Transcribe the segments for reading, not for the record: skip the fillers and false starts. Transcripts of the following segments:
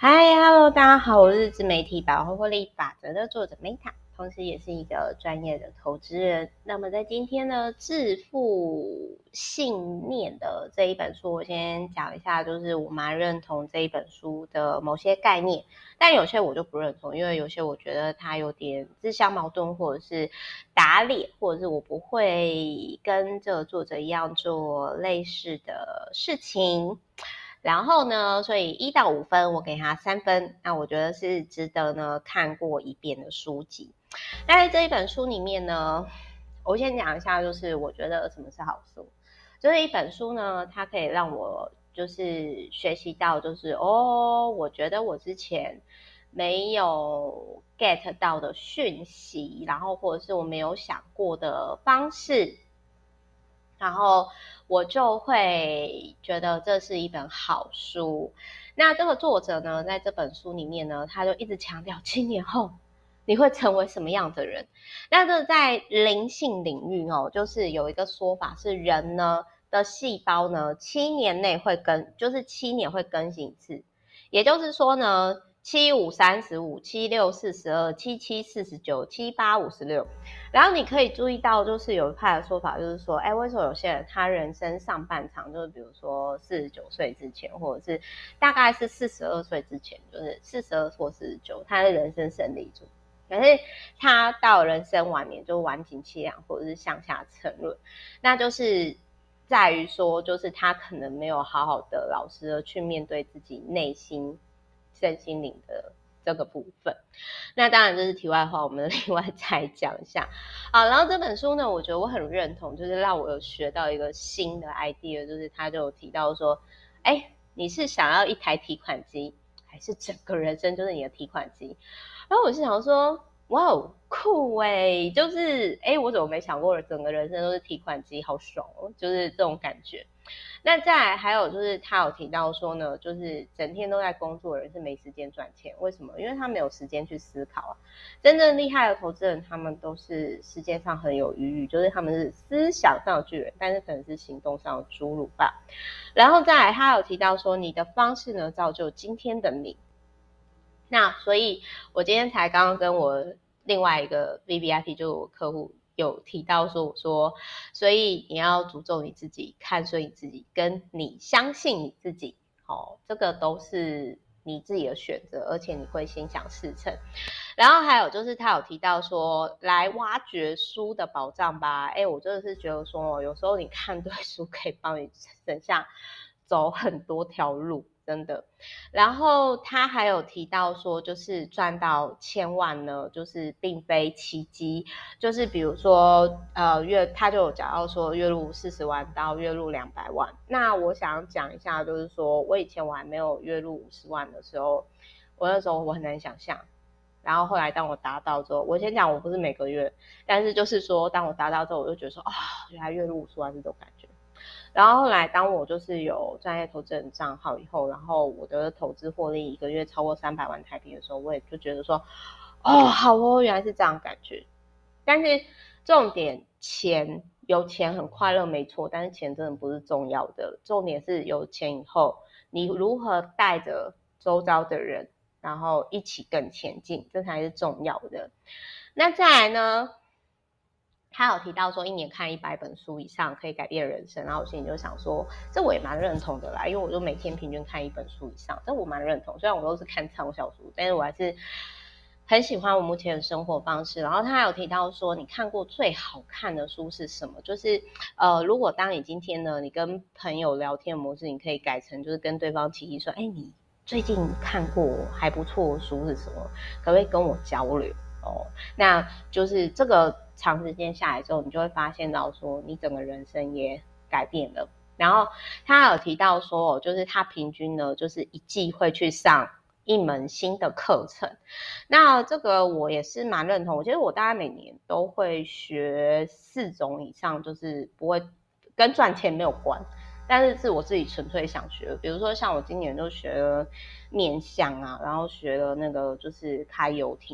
嗨，Hello，大家好，我是自媒体百万获利法则的作者 Meta，同时也是一个专业的投资人。那么在今天呢，致富信念的这一本书，我先讲一下，就是我蛮认同这一本书的某些概念，但有些我就不认同，因为有些我觉得它有点自相矛盾，或者是打脸，或者是我不会跟这个作者一样做类似的事情。然后呢，所以1到5分，我给他3分。那我觉得是值得呢看过一遍的书籍。那在这一本书里面呢，我先讲一下，就是我觉得什么是好书。就是一本书呢，它可以让我就是学习到，就是我觉得我之前没有 get 到的讯息，然后或者是我没有想过的方式。然后我就会觉得这是一本好书。那这个作者呢，在这本书里面呢，他就一直强调7年后你会成为什么样的人。那这在灵性领域就是有一个说法是人呢的细胞呢7年内会就是7年会更新一次，也就是说呢，7、5、35、7、6、42、7、7、49、7、8、56。然后你可以注意到，就是有一派的说法，就是说，为什么有些人他人生上半场，就是比如说49岁之前，或者是大概是42岁之前，就是42或49，他的人生胜利组。可是他到人生晚年就晚景凄凉，或者是向下沉沦，那就是在于说，就是他可能没有好好的老实的去面对自己内心身心灵的这个部分。那当然这是题外话，我们另外再讲一下。好，然后这本书呢，我觉得我很认同，就是让我有学到一个新的 idea， 就是他就有提到说，你是想要一台提款机，还是整个人生就是你的提款机？然后我是想说，哇哦，酷欸，就是我怎么没想过整个人生都是提款机，好爽哦，就是这种感觉。那再来还有就是他有提到说呢，就是整天都在工作的人是没时间赚钱，为什么？因为他没有时间去思考啊。真正厉害的投资人，他们都是时间上很有余裕，就是他们是思想上的巨人，但是可能是行动上的侏儒吧。然后再来他有提到说，你的方式呢造就今天的你。那所以我今天才刚刚跟我另外一个 VVIP 就是我客户有提到说，我说所以你要诅咒你自己，看衰你自己，跟你相信你自己，这个都是你自己的选择，而且你会心想事成。然后还有就是他有提到说，来挖掘书的宝藏吧。我真的是觉得说，有时候你看对书可以帮你省下走很多条路，真的。然后他还有提到说，就是赚到1000万呢，就是并非奇迹，就是比如说他就有讲到说月入40万到月入200万。那我想讲一下，就是说我以前我还没有月入50万的时候，我那时候我很难想象。然后后来当我达到之后，我先讲我不是每个月，但是就是说当我达到之后，我就觉得说原来月入50万是这种感觉。然后后来当我就是有专业投资人账号以后，然后我的投资获利一个月超过300万台币的时候，我也就觉得说好哦，原来是这样感觉。但是重点有钱很快乐没错，但是钱真的不是重要的，重点是有钱以后你如何带着周遭的人然后一起更前进，这才是重要的。那再来呢，他有提到说1年看100本书以上可以改变人生，然后我心里就想说，这我也蛮认同的啦，因为我就每天平均看1本书以上，这我蛮认同。虽然我都是看畅销书，但是我还是很喜欢我目前的生活方式。然后他有提到说，你看过最好看的书是什么？就是如果当你今天呢，你跟朋友聊天的模式，你可以改成就是跟对方提议说，你最近看过还不错的书是什么？可不可以跟我交流？那就是这个长时间下来之后，你就会发现到说，你整个人生也改变了。然后他有提到说，就是他平均呢，就是1季会去上1门新的课程。那这个我也是蛮认同，我觉得我大概每年都会学4种以上，就是不会跟赚钱没有关，但是我自己纯粹想学的。比如说像我今年就学了面相啊，然后学了那个就是开游艇，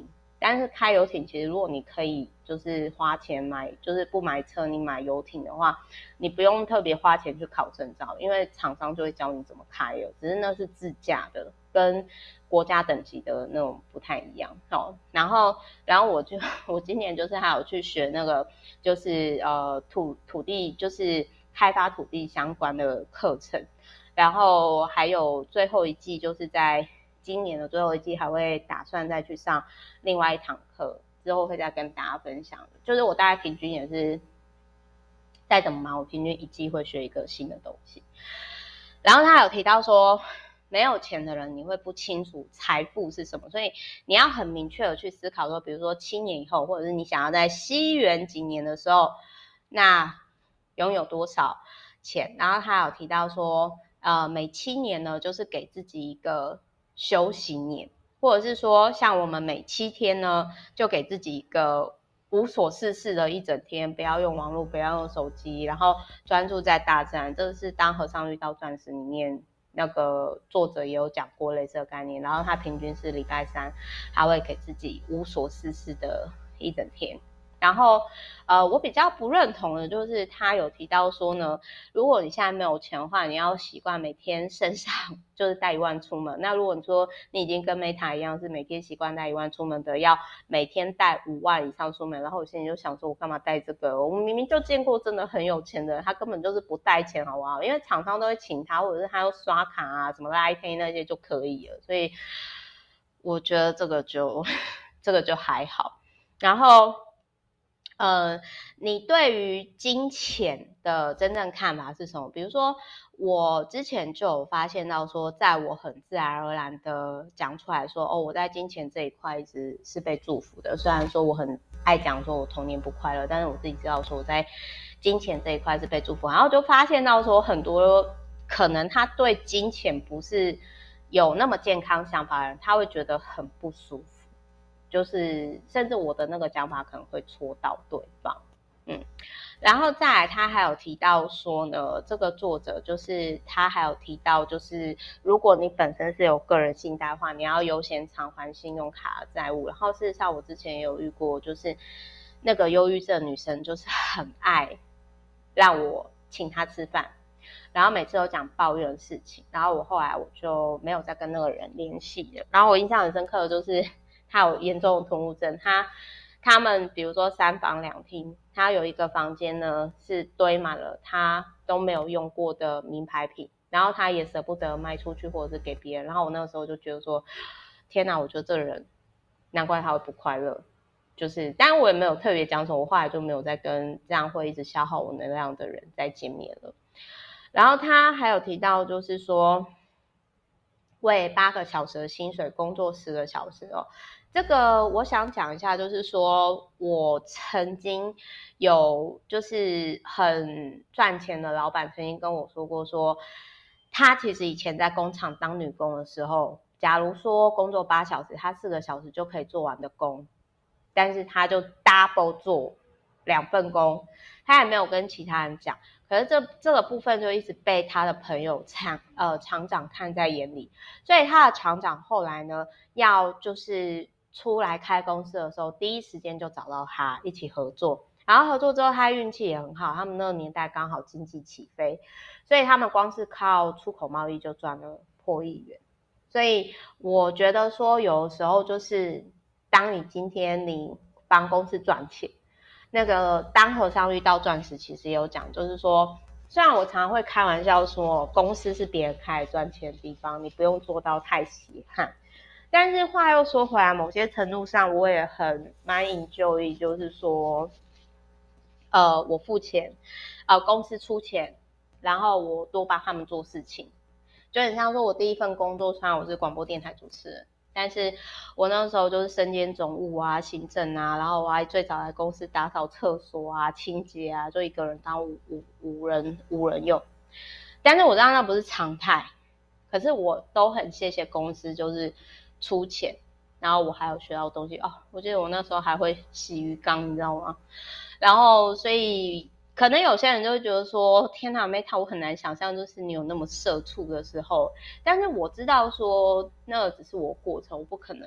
但是开游艇其实如果你可以就是花钱买，就是不买车你买游艇的话，你不用特别花钱去考证照，因为厂商就会教你怎么开了，只是那是自驾的，跟国家等级的那种不太一样。然后我今年就是还有去学那个就是土地就是开发土地相关的课程，然后还有最后一季就是在今年的最后一季还会打算再去上另外一堂课，之后会再跟大家分享。就是我大概平均也是再怎么忙，我平均一季会学一个新的东西。然后他有提到说，没有钱的人你会不清楚财富是什么，所以你要很明确的去思考说，比如说7年以后，或者是你想要在西元几年的时候，那拥有多少钱。然后他有提到说每7年呢就是给自己一个休息年，或者是说像我们每7天呢就给自己一个无所事事的一整天，不要用网络，不要用手机，然后专注在大自然。这是当和尚遇到钻石里面那个作者也有讲过类似的概念，然后他平均是礼拜3他会给自己无所事事的一整天。然后我比较不认同的就是他有提到说呢，如果你现在没有钱的话，你要习惯每天身上就是带1万出门。那如果你说你已经跟 Meta 一样是每天习惯带1万出门的，要每天带5万以上出门，然后我现在就想说我干嘛带这个，我们明明就见过真的很有钱的人，他根本就是不带钱好不好，因为厂商都会请他，或者是他要刷卡啊什么 Line 那些就可以了，所以我觉得这个就还好。然后你对于金钱的真正看法是什么？比如说我之前就有发现到说，在我很自然而然的讲出来说，我在金钱这一块一直是被祝福的。虽然说我很爱讲说我童年不快乐，但是我自己知道说我在金钱这一块是被祝福。然后就发现到说很多可能他对金钱不是有那么健康想法的人，他会觉得很不舒服。就是甚至我的那个讲法可能会戳到对方。然后再来他还有提到说呢，这个作者就是他还有提到就是如果你本身是有个人信贷的话，你要优先偿还信用卡的债务。然后事实上我之前也有遇过，就是那个忧郁症女生就是很爱让我请她吃饭，然后每次都讲抱怨的事情，然后后来我就没有再跟那个人联系了。然后我印象很深刻的就是他有严重的囤物症，他们比如说3房2厅，他有一个房间呢是堆满了他都没有用过的名牌品，然后他也舍不得卖出去或者是给别人。然后我那个时候就觉得说，天哪，我觉得这个人难怪他会不快乐。就是当然我也没有特别讲什么，我后来就没有再跟这样会一直消耗我能量的人再见面了。然后他还有提到就是说，为8个小时的薪水工作10个小时哦。这个我想讲一下，就是说我曾经有就是很赚钱的老板曾经跟我说过说，他其实以前在工厂当女工的时候，假如说工作8小时，他4个小时就可以做完的工，但是他就 double 做2份工，他也没有跟其他人讲。可是这个部分就一直被他的朋友厂长看在眼里，所以他的厂长后来呢，要就是出来开公司的时候，第一时间就找到他一起合作。然后合作之后，他运气也很好，他们那个年代刚好经济起飞，所以他们光是靠出口贸易就赚了破亿元。所以我觉得说，有的时候就是当你今天你帮公司赚钱，那个当和尚遇到钻石其实也有讲，就是说虽然我常常会开玩笑说公司是别人开来赚钱的地方，你不用做到太稀罕，但是话又说回来，某些程度上我也很蛮enjoy，就是说我付钱，公司出钱，然后我多帮他们做事情。就很像说我第一份工作，虽然我是广播电台主持人，但是我那时候就是身兼总务啊、行政啊，然后我还最早来公司打扫厕所啊、清洁啊，就一个人当五人用。但是我知道那不是常态，可是我都很谢谢公司，就是出钱，然后我还有学到东西哦。我记得我那时候还会洗鱼缸，你知道吗？然后所以可能有些人就会觉得说，天哪 Meta 我很难想象就是你有那么社畜的时候，但是我知道说那个只是我过程，我不可能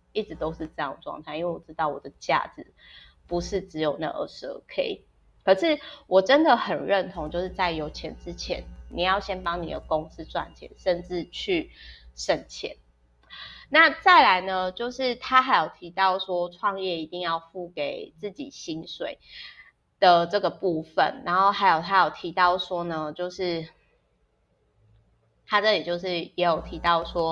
一直都是这样的状态，因为我知道我的价值不是只有那22K。可是我真的很认同，就是在有钱之前，你要先帮你的公司赚钱，甚至去省钱。那再来呢，就是他还有提到说，创业一定要付给自己薪水的这个部分，然后还有他有提到说呢，就是他这里就是也有提到说，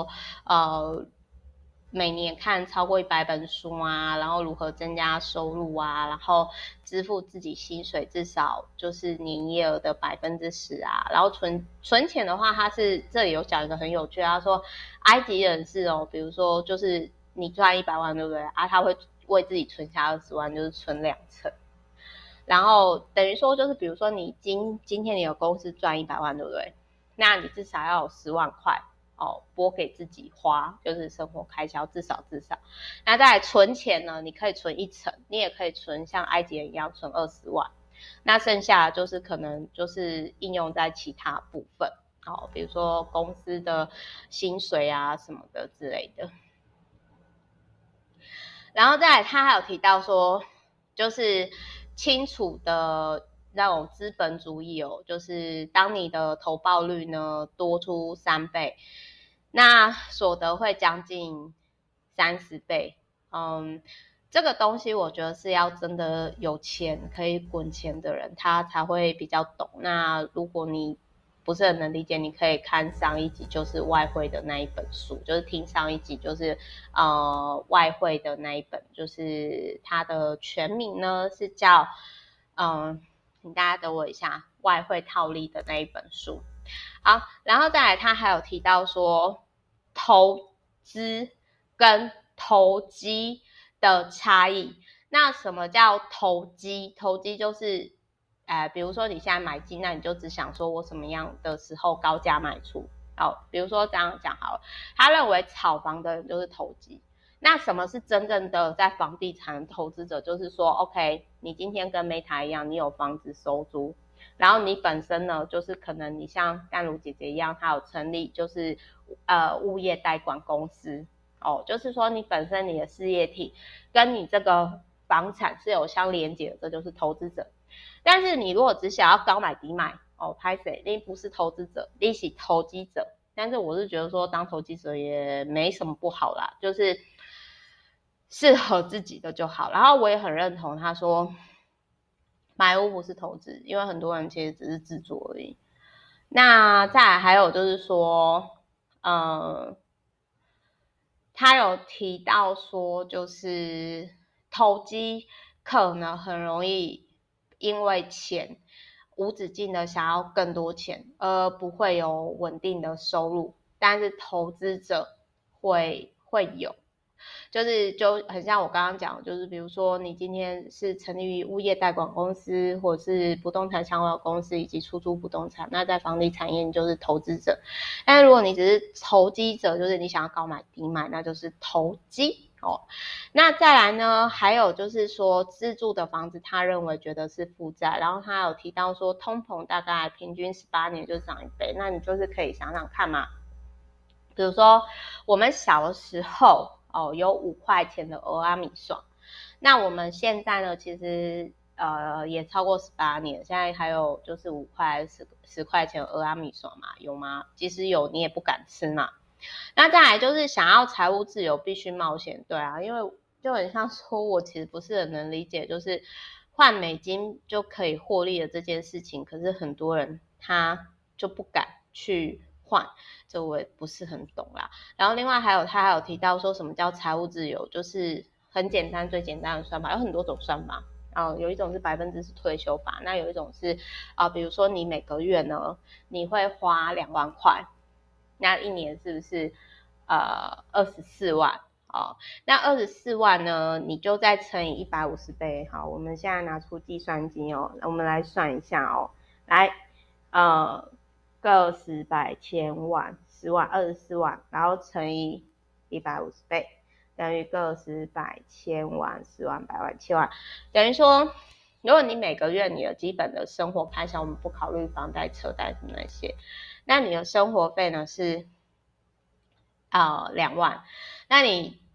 每年看超过100本书啊，然后如何增加收入啊，然后支付自己薪水至少就是年营业额的10%啊，然后存钱的话，他是这里有讲一个很有趣，他说埃及人是比如说就是你赚100万，对不对啊？他会为自己存下20万，就是存2成。然后等于说就是比如说你今天你有公司赚100万，对不对？那你至少要有10万块拨给自己花，就是生活开销至少。那再来存钱呢，你可以存1成，你也可以存像埃及人一样存20万，那剩下就是可能就是应用在其他部分比如说公司的薪水啊什么的之类的。然后再来他还有提到说，就是清楚的那种资本主义就是当你的投报率呢多出3倍，那所得会将近30倍。这个东西我觉得是要真的有钱可以滚钱的人，他才会比较懂。那如果你不是很能理解，你可以看上一集，就是外汇的那一本书，就是听上一集，就是外汇的那一本，就是它的全名呢是叫请大家等我一下，外汇套利的那一本书。好，然后再来，他还有提到说投资跟投机的差异。那什么叫投机？投机就是比如说你现在买进，那你就只想说我什么样的时候高价卖出。比如说这样讲好了，他认为炒房的人就是投机。那什么是真正的在房地产投资者？就是说 OK， 你今天跟Meta一样，你有房子收租，然后你本身呢，就是可能你像淡如姐姐一样，她有成立就是物业代管公司就是说你本身你的事业体跟你这个房产是有相连接的，这就是投资者。但是你如果只想要高买低卖拍谁，你不是投资者，你是投机者。但是我是觉得说当投机者也没什么不好啦，就是适合自己的就好。然后我也很认同他说买屋不是投资，因为很多人其实只是自作而已。那再来还有就是说他有提到说就是投机可能很容易因为钱无止境的想要更多钱，而不会有稳定的收入，但是投资者会有，就很像我刚刚讲，就是比如说你今天是成立于物业代管公司，或者是不动产相关的公司，以及出租不动产，那在房地产业你就是投资者。但如果你只是投机者，就是你想要高买低卖，那就是投机那再来呢，还有就是说自住的房子，他认为觉得是负债，然后他有提到说通膨大概平均18年就涨1倍，那你就是可以想想看嘛，比如说我们小的时候有5块钱的蚵仔米爽，那我们现在呢其实也超过18年，现在还有就是5块10块钱的蚵仔米爽嘛，有吗？即使有你也不敢吃嘛。那再来就是想要财务自由必须冒险，对啊，因为就很像说我其实不是很能理解，就是换美金就可以获利的这件事情，可是很多人他就不敢去换，这我也不是很懂啦。然后另外他还有提到说什么叫财务自由，就是很简单最简单的算法，有很多种算法。有一种是100%退休法，那有一种是比如说你每个月呢你会花2万块，那一年是不是24万那24万呢你就再乘以150倍。好，我们现在拿出计算机我们来算一下来个十百千万10万24万，然后乘以150倍等于个十百千万10万100万7万，等于说如果你每个月你的基本的生活开销，我们不考虑房贷车贷什么那些，那你的生活费呢是2万，那你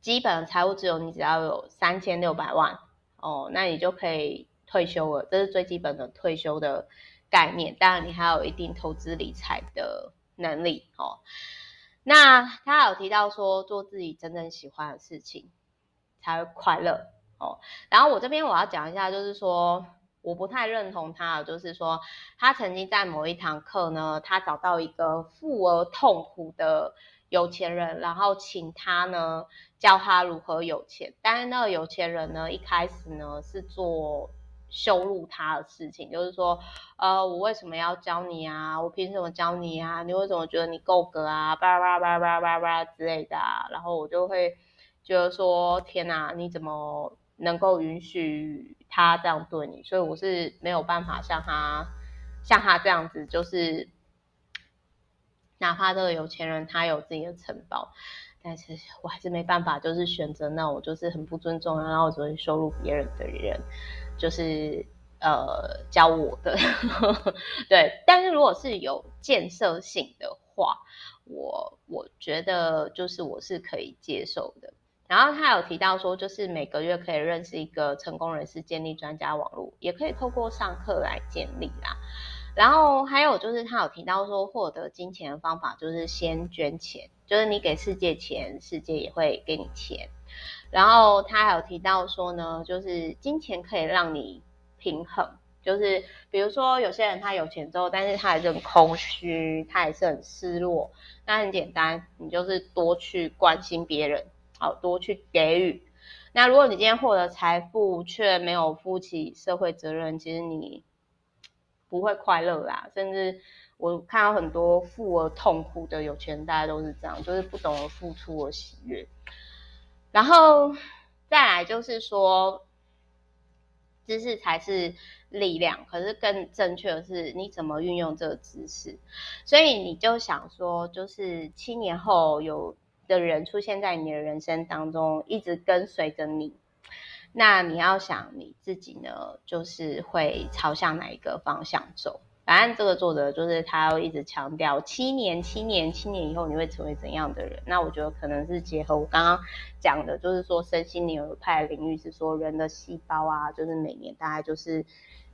基本的财务自由你只要有3600万哦，那你就可以退休了，这是最基本的退休的概念。当然你还有一定投资理财的能力哦。那他有提到说做自己真正喜欢的事情才会快乐哦。然后我这边我要讲一下，就是说我不太认同他的，就是说他曾经在某一堂课呢，他找到一个富而痛苦的有钱人，然后请他呢教他如何有钱。但是那个有钱人呢，一开始呢是做羞辱他的事情，就是说，我为什么要教你啊？我凭什么教你啊？你为什么觉得你够格啊？巴拉巴拉巴拉巴拉巴拉之类的啊。然后我就会觉得说，天哪，你怎么能够允许他这样对你？所以我是没有办法像他这样子，就是哪怕这个有钱人他有自己的城堡，但是我还是没办法，就是选择那我就是很不尊重，然后只会羞辱别人的人，就是教我的。对，但是如果是有建设性的话，我觉得就是我是可以接受的。然后他有提到说，就是每个月可以认识一个成功人士，建立专家网络，也可以透过上课来建立啦。然后还有就是他有提到说，获得金钱的方法就是先捐钱，就是你给世界钱，世界也会给你钱。然后他还有提到说呢，就是金钱可以让你平衡，就是比如说有些人他有钱之后，但是他还是很空虚，他也是很失落。那很简单，你就是多去关心别人，好，多去给予。那如果你今天获得财富却没有负起社会责任，其实你不会快乐啦。甚至我看到很多富而痛苦的有钱人，大家都是这样，就是不懂得付出而喜悦。然后再来就是说，知识才是力量，可是更正确的是你怎么运用这个知识。所以你就想说，就是7年后有的人出现在你的人生当中，一直跟随着你，那你要想你自己呢，就是会朝向哪一个方向走。反正这个作者就是他要一直强调7年以后你会成为怎样的人。那我觉得可能是结合我刚刚讲的，就是说身心灵有派的领域是说人的细胞啊，就是每年大概就是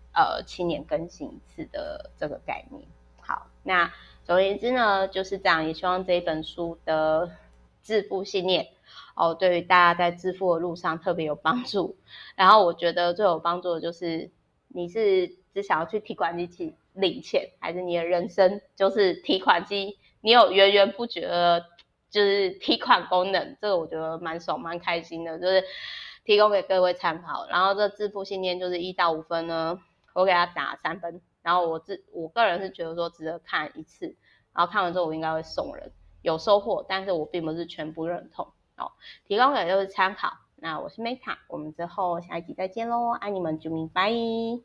7年更新一次的这个概念。好，那总而言之呢就是这样，也希望这一本书的致富信念对于大家在致富的路上特别有帮助。然后我觉得最有帮助的就是你是只想要去提款机去领钱，还是你的人生就是提款机，你有源源不绝的就是提款功能，这个我觉得蛮爽蛮开心的，就是提供给各位参考。然后这致富信念就是1到5分呢，我给他打3分。然后我个人是觉得说值得看一次，然后看完之后我应该会送人，有收获，但是我并不是全部认同。提供给就是参考。那我是 Meta， 我们之后下一集再见咯，爱你们，啾咪拜。